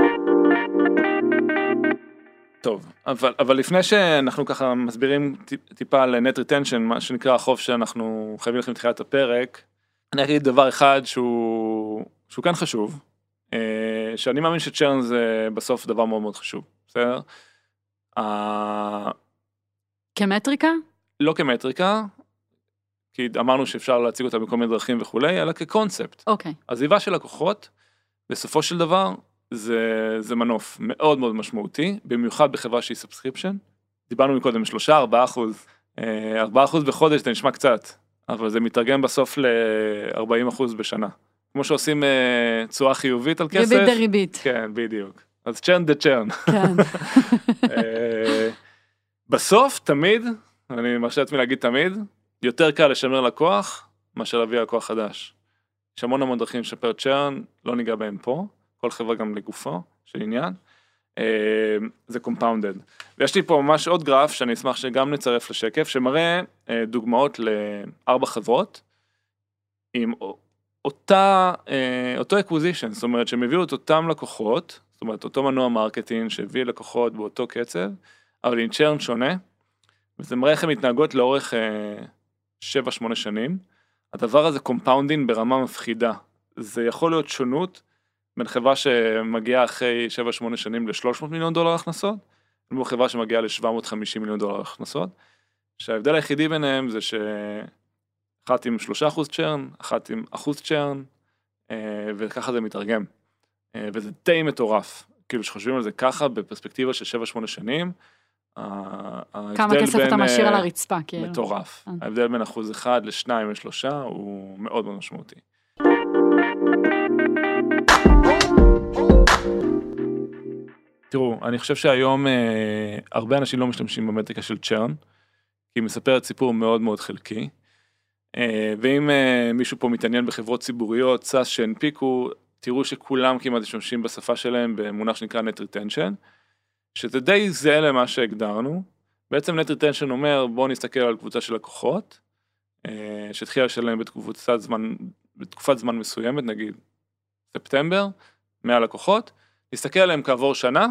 טוב, אבל, אבל לפני שאנחנו ככה מסבירים טיפה על net retention, מה שנקרא החוב שאנחנו חייבים לכם לתחילת הפרק, אני אגיד דבר אחד שהוא, שהוא כאן חשוב, שאני מאמין שצ'רן זה בסוף דבר מאוד מאוד חשוב, בסדר? כמטריקה? לא כמטריקה, כי אמרנו שאפשר להציג אותה בכל מיני דרכים וכולי, אלא כקונספט. אוקיי. הזיבה של לקוחות, בסופו של דבר, זה, זה מנוף מאוד מאוד משמעותי, במיוחד בחברה שהיא סאבסקריפשן. דיברנו מקודם, שלושה, ארבעה אחוז. ארבעה אחוז בחודש, זה נשמע קצת, אבל זה מתרגם בסוף ל-ארבעים אחוז בשנה. כמו שעושים צורה חיובית על כסף. ריבית דריבית. כן, בדיוק. אז צ'רן דה צ'רן. כן. בסוף, תמיד, אני מרשה לעצמי להגיד תמיד, יותר קל לשמר לקוח, מאשר להביא לקוח חדש. יש המון המון דרכים לשפר צ'רן, לא ניגע בהם פה, כל חברה גם לגופו של עניין. זה קומפאונדד. ויש לי פה ממש עוד גרף, שאני אשמח שגם נצרף לשקף, שמראה דוגמאות לארבע חברות, עם אותה, אותו acquisition, זאת אומרת שהם הביאו את אותם לקוחות, זאת אומרת אותו מנוע מרקטינג שהביא לקוחות באותו קצב, אבל עם צ'רן שונה, וזה מראה איך הם מתנהגות לאורך שבע שמונה שנים, הדבר הזה קומפאונדינג ברמה מפחידה, זה יכול להיות שונות, בין חברה שמגיעה אחרי שבע שמונה שנים ל-שלוש מאות מיליון דולר הכנסות, לבין חברה שמגיעה ל-שבע מאות וחמישים מיליון דולר הכנסות, שההבדל היחידי ביניהם זה שאחת עם שלושה אחוז צ'רן, אחת עם אחוז צ'רן, וככה זה מתרגם. וזה די מטורף, כאילו שחושבים על זה ככה, בפרספקטיבה של שבע שמונה שנים, כמה כסף אתה משאיר על הרצפה, כאילו. מטורף. ההבדל בין אחוז אחד לשניים לשלושה, הוא מאוד מאוד משמעותי. תראו, אני חושב שהיום אה, הרבה אנשים לא משתמשים במטריקה של צ'רן, כי היא מספרת סיפור מאוד מאוד חלקי, אה, ואם אה, מישהו פה מתעניין בחברות ציבוריות, סאס שהנפיקו, תראו שכולם כמעט משתמשים בשפה שלהם במונח שנקרא Net Retention, שזה די זהה למה שהגדרנו, בעצם Net Retention אומר, בואו נסתכל על קבוצה של לקוחות, אה, שהתחילה לשלם בתקופת זמן, בתקופת זמן מסוימת, נגיד ספטמבר, מאה לקוחות, נסתכל עליהם כעבור שנה,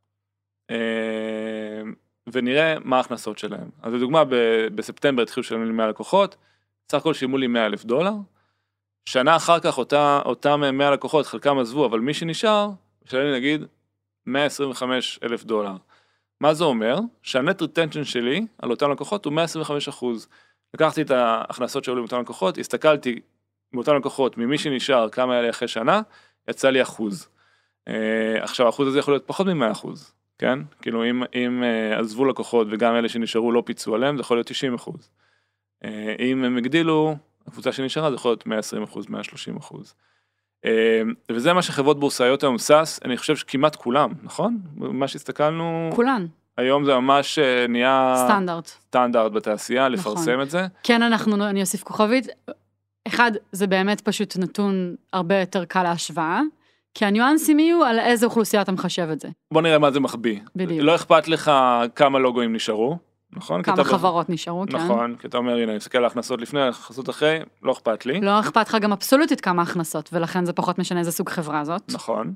ונראה מה ההכנסות שלהם. אז לדוגמה, בספטמבר התחילו לשלם לי מאה לקוחות, סך הכל שילמו לי מאה אלף דולר, שנה אחר כך אותה, אותם מאה לקוחות, חלקם עזבו, אבל מי שנשאר, משלם לי נגיד מאה עשרים וחמישה אלף דולר. מה זה אומר? שהנט ריטנשן שלי על אותם לקוחות הוא מאה עשרים וחמישה אחוז. לקחתי את ההכנסות שהיו לי מאותם לקוחות, הסתכלתי מאותם לקוחות, ממי שנשאר, כמה היה לי אחרי שנה, יצא לי אחוז. עכשיו, האחוז הזה יכול להיות פחות מ-מאה אחוז, כן? כאילו, אם, אם עזבו לקוחות וגם אלה שנשארו לא פיצו עליהם, זה יכול להיות תשעים אחוז. אם הם הגדילו, הקבוצה שנשארה, זה יכול להיות מאה ועשרים אחוז, מאה ושלושים אחוז. וזה מה שחברות בורסאיות היום סאס, אני חושב שכמעט כולם, נכון? מה שהסתכלנו... כולן. היום זה ממש נהיה... סטנדרט. סטנדרט בתעשייה, לפרסם נכון. את זה. כן, אנחנו, אני אוסיף כוכבית. אחד, זה באמת פשוט נתון הרבה יותר קל להשוואה, כי הניואנסים יהיו על איזה אוכלוסייה אתה מחשב את זה. בוא נראה מה זה מחביא. בדיוק. לא אכפת לך כמה לוגוים נשארו, נכון? כמה חברות נשארו, כן. נכון, כי אתה אומר, הנה, אני מסתכל על ההכנסות לפני, ההכנסות אחרי, לא אכפת לי. לא אכפת לך גם אבסולוטית כמה הכנסות, ולכן זה פחות משנה איזה סוג חברה זאת. נכון.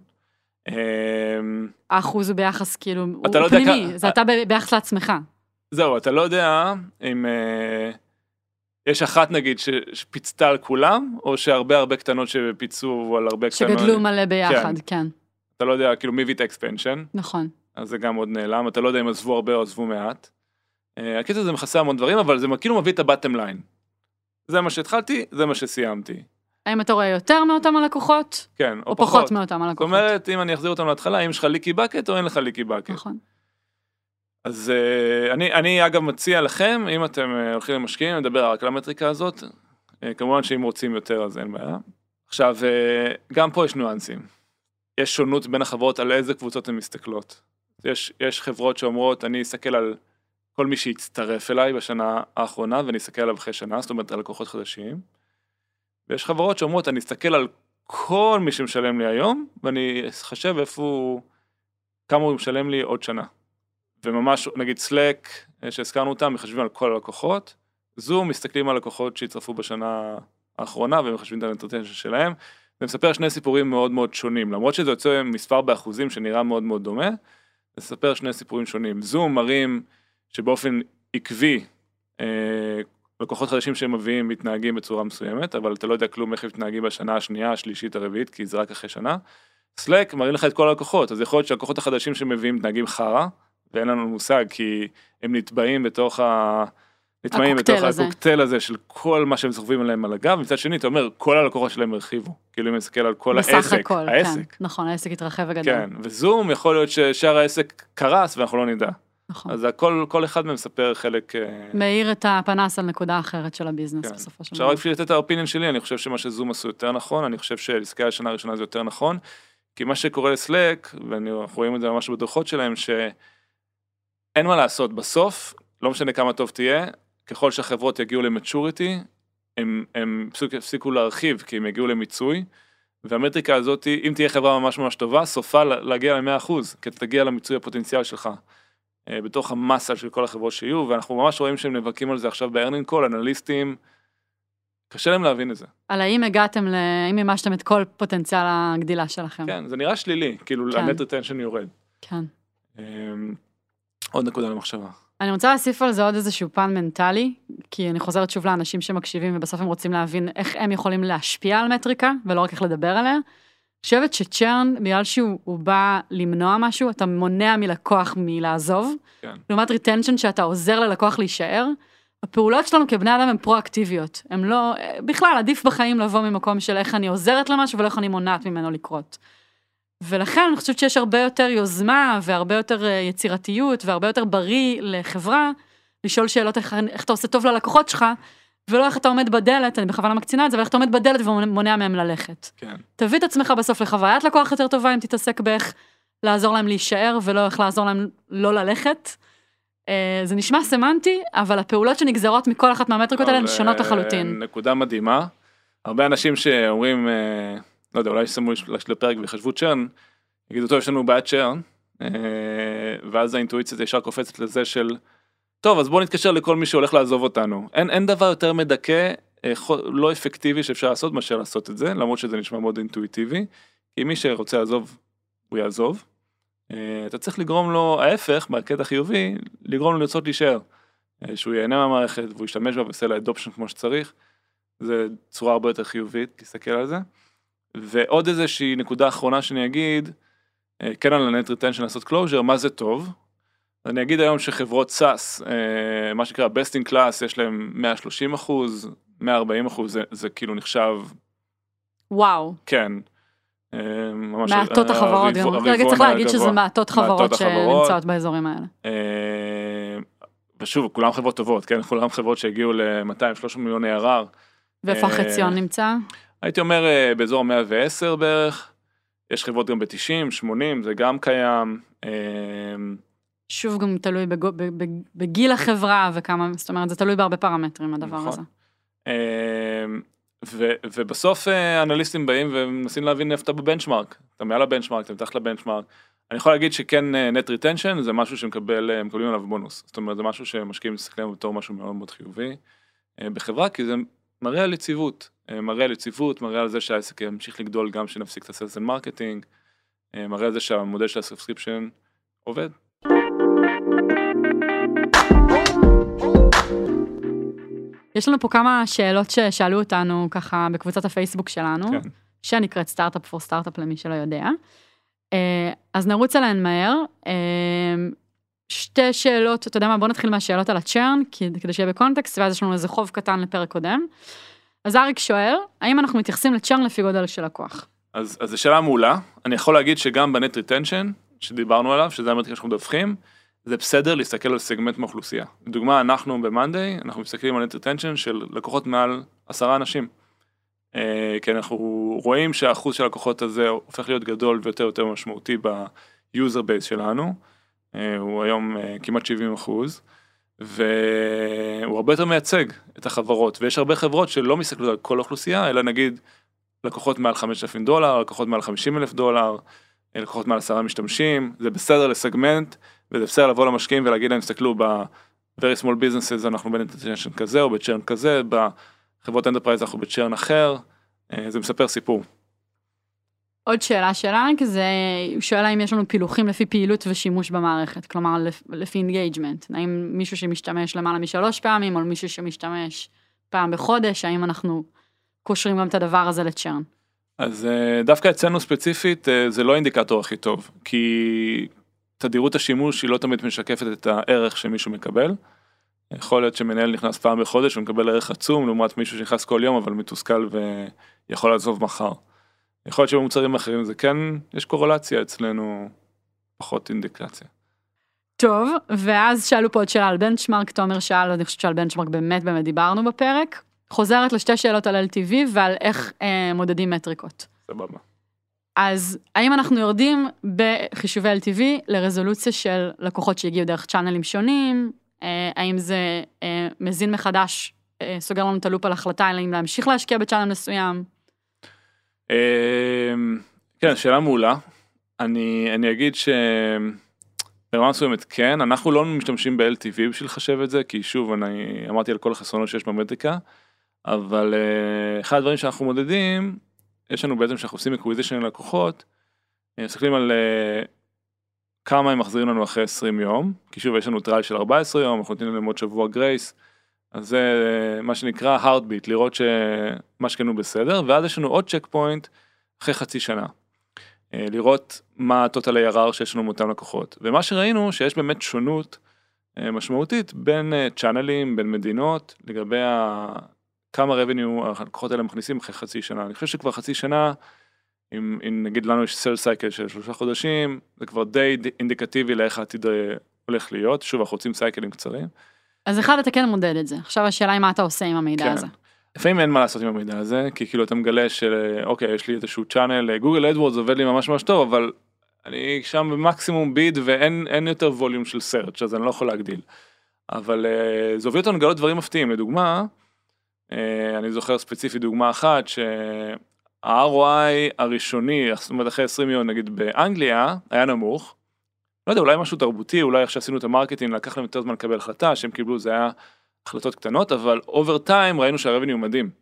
האחוז הוא ביחס, כאילו, הוא פנימי, זה אתה ביחס לעצמך. זהו, אתה לא יודע אם... יש אחת נגיד שפיצתה על כולם, או שהרבה הרבה קטנות שפיצו על הרבה קטנות. שגדלו מלא ביחד, כן. כן. אתה לא יודע, כאילו, מי הביא את האקספנשן. נכון. אז זה גם עוד נעלם, אתה לא יודע אם עזבו הרבה או עזבו מעט. הקיצור זה מכסה המון דברים, אבל זה כאילו מביא את הבטם ליין. זה מה שהתחלתי, זה מה שסיימתי. האם אתה רואה יותר מאותם הלקוחות? כן, או, או פחות. פחות מאותם הלקוחות. זאת אומרת, אם אני אחזיר אותם להתחלה, האם יש לך ליקי בקט או אין לך ליקי בקט. נכון. אז uh, אני, אני אגב מציע לכם, אם אתם uh, הולכים למשקיעים, נדבר רק על המטריקה הזאת, uh, כמובן שאם רוצים יותר אז אין בעיה. עכשיו, uh, גם פה יש ניואנסים. יש שונות בין החברות על איזה קבוצות הן מסתכלות. יש, יש חברות שאומרות, אני אסתכל על כל מי שיצטרף אליי בשנה האחרונה, ואני אסתכל עליו אחרי שנה, זאת אומרת על לקוחות חדשים. ויש חברות שאומרות, אני אסתכל על כל מי שמשלם לי היום, ואני חושב איפה, כמה הוא משלם לי עוד שנה. וממש, נגיד סלק, שהזכרנו אותם, מחשבים על כל הלקוחות, זום, מסתכלים על לקוחות שהצטרפו בשנה האחרונה, ומחשבים את האנטרטנשן שלהם, ומספר שני סיפורים מאוד מאוד שונים, למרות שזה יוצא מספר באחוזים שנראה מאוד מאוד דומה, מספר שני סיפורים שונים. זום מראים שבאופן עקבי, אה, לקוחות חדשים שהם מביאים מתנהגים בצורה מסוימת, אבל אתה לא יודע כלום איך הם מתנהגים בשנה השנייה, השלישית, הרביעית, כי זה רק אחרי שנה. סלק מראים לך את כל הלקוחות, אז יכול להיות שהלקוחות החדשים שמביאים מתנהגים חרה, ואין לנו מושג, כי הם נטבעים בתוך ה... נטמעים בתוך הקוקטייל הזה של כל מה שהם סוחבים עליהם על הגב, ומצד שני, אתה אומר, כל הלקוחות שלהם הרחיבו, כאילו אם נסתכל על כל העסק, העסק. נכון, העסק התרחב וגדול. כן, וזום יכול להיות ששאר העסק קרס, ואנחנו לא נדע. נכון. אז כל אחד מהם מספר חלק... מאיר את הפנס על נקודה אחרת של הביזנס בסופו של דבר. עכשיו רק בשביל לתת את האופיניון שלי, אני חושב שמה שזום עשו יותר נכון, אני חושב שלסקל השנה הראשונה זה יותר נכון, כי מה שקורה לסלק, ואנחנו רואים את זה ממש בדוחות שלהם, שאין מה לעשות, בסוף, לא משנה כמה טוב תהיה, ככל שהחברות יגיעו למצ'וריטי, הם, הם הפסיקו להרחיב, כי הם יגיעו למיצוי, והמטריקה הזאת, אם תהיה חברה ממש ממש טובה, סופה להגיע ל-מאה אחוז, כי אתה תגיע למיצוי הפוטנציאל שלך, בתוך המסה של כל החברות שיהיו, ואנחנו ממש רואים שהם נאבקים על זה עכשיו בארנינג קול, אנליסטים, קשה להם להבין את זה. על האם הגעתם, ל... האם מימשתם את כל פוטנציאל הגדילה שלכם. כן, זה נראה שלילי, כאילו כן. הנט ריטנשן יורד. כן. עוד נקודה למחשבה. אני רוצה להוסיף על זה עוד איזשהו פן מנטלי, כי אני חוזרת שוב לאנשים שמקשיבים, ובסוף הם רוצים להבין איך הם יכולים להשפיע על מטריקה, ולא רק איך לדבר עליה. אני חושבת שצ'רן, בגלל שהוא בא למנוע משהו, אתה מונע מלקוח מלעזוב, כן. לעומת ריטנשן שאתה עוזר ללקוח להישאר, הפעולות שלנו כבני אדם הן פרואקטיביות, הם לא, בכלל עדיף בחיים לבוא ממקום של איך אני עוזרת למשהו, ולא איך אני מונעת ממנו לקרות. ולכן אני חושבת שיש הרבה יותר יוזמה, והרבה יותר יצירתיות, והרבה יותר בריא לחברה, לשאול שאלות איך, איך אתה עושה טוב ללקוחות שלך, ולא איך אתה עומד בדלת, אני בכוונה מקצינה את זה, ואיך אתה עומד בדלת ומונע מהם ללכת. כן. תביא את עצמך בסוף לחוויית לקוח יותר טובה, אם תתעסק באיך לעזור להם להישאר, ולא איך לעזור להם לא ללכת. זה נשמע סמנטי, אבל הפעולות שנגזרות מכל אחת מהמטריקות האלה הן שונות לחלוטין. נקודה מדהימה. הרבה אנשים שאומרים, לא יודע, אולי שמו לפרק וחשבו צ'רן, יגידו, טוב, יש לנו בעיית צ'רן, ואז האינטואיציה זה ישר קופצת לזה של, טוב, אז בואו נתקשר לכל מי שהולך לעזוב אותנו. אין, אין דבר יותר מדכא, לא אפקטיבי שאפשר לעשות, מאשר לעשות את זה, למרות שזה נשמע מאוד אינטואיטיבי, כי מי שרוצה לעזוב, הוא יעזוב. אתה צריך לגרום לו, ההפך, בקטע חיובי, לגרום לו לרצות להישאר. שהוא ייהנה מהמערכת, והוא ישתמש בה ועושה לה אדופשן כמו שצריך. זה צורה הרבה יותר חיובית, תסתכל על זה. ועוד איזושהי נקודה אחרונה שאני אגיד, כן על הנט ריטנשן לעשות קלוז'ר, מה זה טוב? אני אגיד היום שחברות סאס, מה שנקרא best in class, יש להם מאה ושלושים אחוז, מאה וארבעים אחוז, זה, זה כאילו נחשב... וואו. כן. מעטות החברות, רגע צריך להגיד שזה מעטות חברות שנמצאות באזורים האלה. ושוב, כולם חברות טובות, כן? כולם חברות שהגיעו ל-מאתיים שלושים מיליון A R R. ואיפה החציון נמצא? הייתי אומר באזור מאה ועשר בערך, יש חברות גם ב-תשעים, שמונים, זה גם קיים. שוב גם תלוי בגיל החברה וכמה, זאת אומרת, זה תלוי בהרבה פרמטרים הדבר הזה. ובסוף אנליסטים באים ומנסים להבין איפה אתה בבנצ'מרק, אתה מעל הבנצ'מרק, אתה מתחת לבנצ'מרק. אני יכול להגיד שכן נט ריטנשן זה משהו שמקבל, מקבלים עליו בונוס, זאת אומרת זה משהו שמשקיעים מסתכלים בתור משהו מאוד מאוד חיובי בחברה, כי זה מראה על יציבות, מראה על יציבות, מראה על זה שהעסק ימשיך לגדול גם שנפסיק את הסיילס אנד מרקטינג, מראה על זה שהמודל של הסאבסקריפשן עובד. יש לנו פה כמה שאלות ששאלו אותנו ככה בקבוצת הפייסבוק שלנו, כן. שנקראת סטארט-אפ פור סטארט-אפ למי שלא יודע. אז נרוץ עליהן מהר. שתי שאלות, אתה יודע מה, בוא נתחיל מהשאלות על הצ'רן, כדי שיהיה בקונטקסט, ואז יש לנו איזה חוב קטן לפרק קודם. אז אריק שואל, האם אנחנו מתייחסים לצ'רן לפי גודל של לקוח? אז, אז זו שאלה מעולה. אני יכול להגיד שגם בנט ריטנשן, שדיברנו עליו, שזה המטריקה שאנחנו מדווחים, זה בסדר להסתכל על סגמנט מאוכלוסייה. לדוגמה, אנחנו במאנדיי, אנחנו מסתכלים על נט ריטנשן של לקוחות מעל עשרה אנשים. כי אנחנו רואים שהאחוז של הלקוחות הזה הופך להיות גדול ויותר יותר משמעותי ביוזר בייס שלנו. הוא היום כמעט שבעים אחוז, והוא הרבה יותר מייצג את החברות, ויש הרבה חברות שלא מסתכלות על כל האוכלוסייה, אלא נגיד לקוחות מעל חמשת אלפים דולר, לקוחות מעל חמישים אלף דולר, לקוחות מעל עשרה משתמשים, זה בסדר לסגמנט, וזה בסדר לבוא למשקיעים ולהגיד להם, תסתכלו ב-very small businesses, אנחנו בנט ריטנשן כזה או בצ'רן כזה, בחברות אנטרפרייז אנחנו בצ'רן אחר, זה מספר סיפור. עוד שאלה שלה, זה, הוא שואל האם יש לנו פילוחים לפי פעילות ושימוש במערכת, כלומר לפי אינגייג'מנט, האם מישהו שמשתמש למעלה משלוש פעמים, או מישהו שמשתמש פעם בחודש, האם אנחנו קושרים גם את הדבר הזה לצ'רן? אז דווקא אצלנו ספציפית, זה לא האינדיקטור הכי טוב, כי תדירות השימוש היא לא תמיד משקפת את הערך שמישהו מקבל, יכול להיות שמנהל נכנס פעם בחודש ומקבל ערך עצום, לעומת מישהו שנכנס כל יום, אבל מתוסכל ויכול לעזוב מחר. יכול להיות שבמוצרים אחרים זה כן, יש קורולציה אצלנו, פחות אינדיקציה. טוב, ואז שאלו פה עוד שאלה על בנצ'מרק, תומר שאל, אני חושבת שעל בנצ'מרק באמת באמת דיברנו בפרק, חוזרת לשתי שאלות על אל טי וי ועל איך אה, מודדים מטריקות. סבבה. אז האם אנחנו יורדים בחישובי אל טי וי לרזולוציה של לקוחות שהגיעו דרך צ'אנלים שונים, אה, האם זה אה, מזין מחדש, אה, סוגר לנו את הלופ על החלטה, האם להמשיך להשקיע בצ'אנל מסוים? כן, שאלה מעולה. אני, אני אגיד שברמה מסוימת כן, אנחנו לא משתמשים ב-אל טי וי בשביל לחשב את זה, כי שוב, אני אמרתי על כל החסרונות שיש במטריקה, אבל אחד הדברים שאנחנו מודדים, יש לנו בעצם שאנחנו עושים acquisition ללקוחות, מסתכלים על כמה הם מחזירים לנו אחרי עשרים יום, כי שוב יש לנו טרייל של ארבעה עשר יום, אנחנו נותנים להם עוד שבוע גרייס, אז זה מה שנקרא heartbeat, לראות שמה שקנו בסדר, ואז יש לנו עוד צ'ק פוינט אחרי חצי שנה, לראות מה הטוטל איי אר אר שיש לנו מאותם לקוחות, ומה שראינו שיש באמת שונות משמעותית בין צ'אנלים, בין מדינות, לגבי כמה revenue הלקוחות האלה מכניסים אחרי חצי שנה, אני חושב שכבר חצי שנה, אם, אם נגיד לנו יש סל סייקל של שלושה חודשים, זה כבר די אינדיקטיבי לאיך העתיד הולך להיות, שוב אנחנו רוצים סייקלים קצרים. אז אחד אתה כן מודד את זה, עכשיו השאלה היא מה אתה עושה עם המידע כן. הזה. לפעמים אין מה לעשות עם המידע הזה, כי כאילו אתה מגלה של, אוקיי, יש לי איזשהו צ'אנל, גוגל אדוורדס עובד לי ממש ממש טוב, אבל אני שם במקסימום ביד ואין אין יותר ווליום של סרצ', אז אני לא יכול להגדיל. אבל זה הוביל אותנו לגלות דברים מפתיעים, לדוגמה, אני זוכר ספציפי דוגמה אחת, שה-אר או איי הראשוני, זאת אומרת אחרי עשרים יום, נגיד באנגליה, היה נמוך, לא יודע, אולי משהו תרבותי, אולי איך שעשינו את המרקטינג, לקח להם יותר זמן לקבל החלטה, שהם קיבלו, זה היה החלטות קטנות, אבל אובר טיים ראינו שהרבניו מדהים.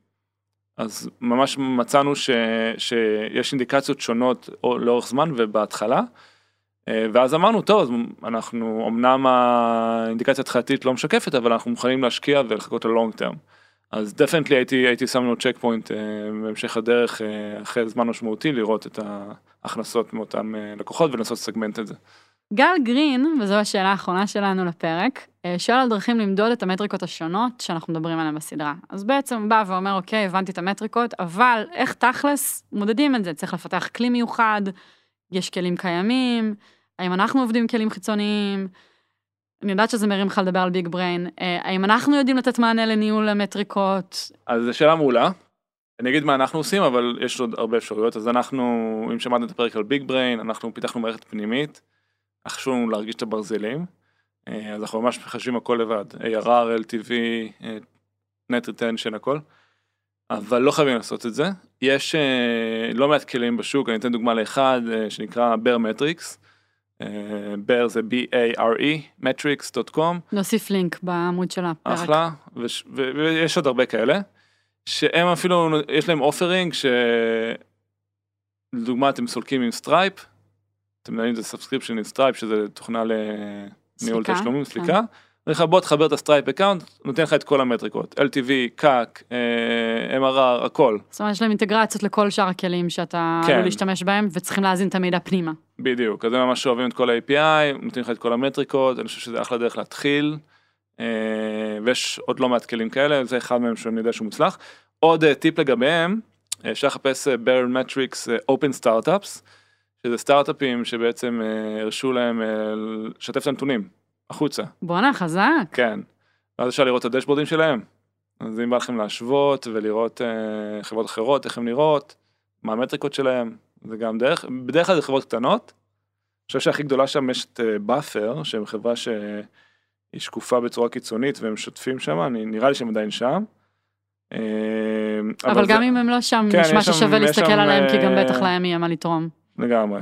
אז ממש מצאנו ש, שיש אינדיקציות שונות לאורך זמן ובהתחלה, ואז אמרנו, טוב, אז אנחנו, אמנם האינדיקציה התחלתית לא משקפת, אבל אנחנו מוכנים להשקיע ולחכות ללונג טרם. אז דפנטלי הייתי, הייתי שם לנו צ'ק פוינט בהמשך הדרך, אחרי זמן משמעותי, לראות את ההכנסות מאותם לקוחות ולנסות סגמנט את זה. גל גרין, וזו השאלה האחרונה שלנו לפרק, שואל על דרכים למדוד את המטריקות השונות שאנחנו מדברים עליהן בסדרה. אז בעצם בא ואומר, אוקיי, הבנתי את המטריקות, אבל איך תכלס מודדים את זה? צריך לפתח כלי מיוחד, יש כלים קיימים, האם אנחנו עובדים עם כלים חיצוניים, אני יודעת שזה מרים לך לדבר על ביג בריין, האם אנחנו יודעים לתת מענה לניהול המטריקות? אז זו שאלה מעולה. אני אגיד מה אנחנו עושים, אבל יש עוד הרבה אפשרויות. אז אנחנו, אם שמעתם את הפרק על ביג בריין, אנחנו פיתחנו מערכת פנימית, חשוב לנו להרגיש את הברזלים, אז אנחנו ממש מחשבים הכל לבד, איי אר אר, אל טי וי, Net Retention, הכל, אבל לא חייבים לעשות את זה. יש לא מעט כלים בשוק, אני אתן דוגמה לאחד שנקרא Bear Metrics, Bear זה B-A-R-E, metrics דוט קום. נוסיף לינק בעמוד של הפרק. אחלה, ויש עוד הרבה כאלה, שהם אפילו, יש להם אופרינג, שלדוגמה אתם סולקים עם סטרייפ, אתם מנהלים את זה סאבסקריפשן עם סטרייפ, שזה תוכנה לניהול תשלומים, סליקה, ולך בוא תחבר את הסטרייפ אקאונט, נותן לך את כל המטריקות, אל טי וי, קאק, אם אר אר, הכל. זאת אומרת, יש להם אינטגרציות לכל שאר הכלים שאתה עלול להשתמש בהם, וצריכים להזין את המידע פנימה. בדיוק, אז הם ממש אוהבים את כל ה-איי פי איי, נותנים לך את כל המטריקות, אני חושב שזה אחלה דרך להתחיל, ויש עוד לא מעט כלים כאלה, זה אחד מהם שאני יודע שהוא מוצלח. עוד טיפ לגביהם, אפשר לחפש Bear Metrics Open Startups, שזה סטארט-אפים שבעצם הרשו להם לשתף את הנתונים, החוצה. בואנה, חזק. כן. ואז אפשר לראות את הדשבורדים שלהם. אז אם בא לכם להשוות ולראות חברות אחרות, איך הן נראות, מה המטריקות שלהם, זה גם דרך, בדרך כלל זה חברות קטנות. אני חושב שהכי גדולה שם יש את באפר, שהם חברה שהיא שקופה בצורה קיצונית, והם שוטפים שם, אני, נראה לי שהם עדיין שם. אבל, אבל גם זה... אם הם לא שם, כן, נשמע ששווה להסתכל שם, עליהם, כי גם בטח להם יהיה מה לתרום. לגמרי.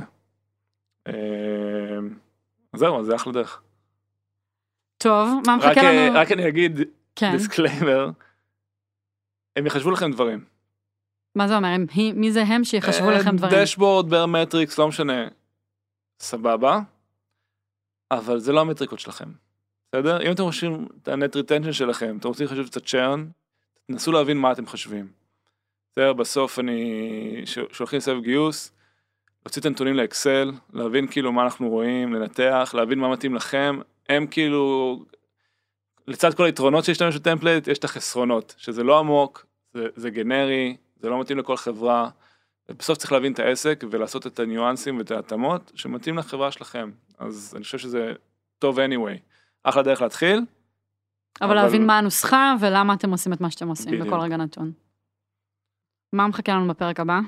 זהו, זה אחלה דרך. טוב, מה מחכה לנו? רק אני אגיד, דיסקליימר, הם יחשבו לכם דברים. מה זה אומר? מי זה הם שיחשבו לכם דברים? דשבורד, בר מטריקס, לא משנה, סבבה, אבל זה לא המטריקות שלכם. בסדר? אם אתם חושבים את הנט ריטנשן שלכם, אתם רוצים לחשב את הצ'רן, תנסו להבין מה אתם חושבים. בסדר, בסוף אני, שולחים סבב גיוס, להוציא את הנתונים לאקסל, להבין כאילו מה אנחנו רואים, לנתח, להבין מה מתאים לכם, הם כאילו, לצד כל היתרונות שיש לנו של טמפלייט, יש את החסרונות, שזה לא עמוק, זה, זה גנרי, זה לא מתאים לכל חברה, ובסוף צריך להבין את העסק, ולעשות את הניואנסים ואת ההתאמות, שמתאים לחברה שלכם, אז אני חושב שזה טוב anyway, אחלה דרך להתחיל. אבל, אבל... להבין מה הנוסחה, ולמה אתם עושים את מה שאתם עושים, בדיוק. בכל רגע נתון. מה מחכה לנו בפרק הבא?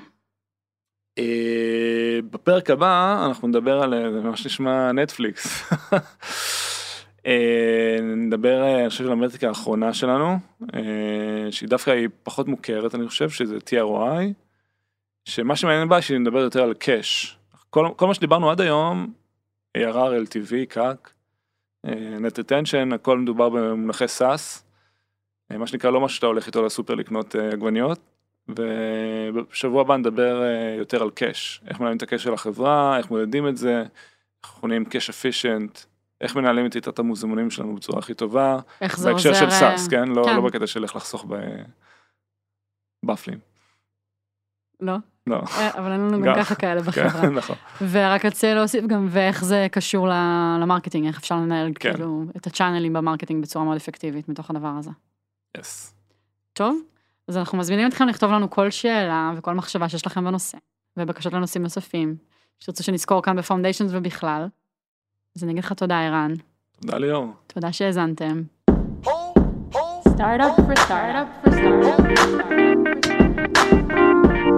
בפרק הבא אנחנו נדבר על, זה ממש נשמע נטפליקס, נדבר אני חושב על המטריקה האחרונה שלנו, שהיא דווקא היא פחות מוכרת, אני חושב שזה טי אר או איי, שמה שמעניין בה שהיא נדבר יותר על קאש, כל, כל מה שדיברנו עד היום, איי אר אר, אל טי וי, קאק, Net Retention, הכל מדובר במונחי סאס, מה שנקרא לא מה שאתה הולך איתו לסופר לקנות עגבניות, ובשבוע הבא נדבר יותר על קש, איך מנהלים את הקש של החברה, איך מודדים את זה, איך אנחנו נהיים קש אפישנט, איך מנהלים את איתת המוזמנים שלנו בצורה הכי טובה, איך זה עוזר... בהקשר של סאס, כן? לא, כן. לא בקטע של איך לחסוך בבפלים. לא? לא. אבל אין לנו גם ככה כאלה בחברה. נכון. ורק רציתי להוסיף גם, ואיך זה קשור למרקטינג, איך אפשר לנהל כן. כאילו את הצ'אנלים במרקטינג בצורה מאוד אפקטיבית מתוך הדבר הזה. Yes. טוב, אז אנחנו מזמינים אתכם לכתוב לנו כל שאלה וכל מחשבה שיש לכם בנושא, ובקשות לנושאים נוספים, שתרצו שנזכור כאן בפאונדיישנס ובכלל. אז אני אגיד לך תודה, ערן. תודה ליאור. תודה שהאזנתם. Startup for startup for startup for startup.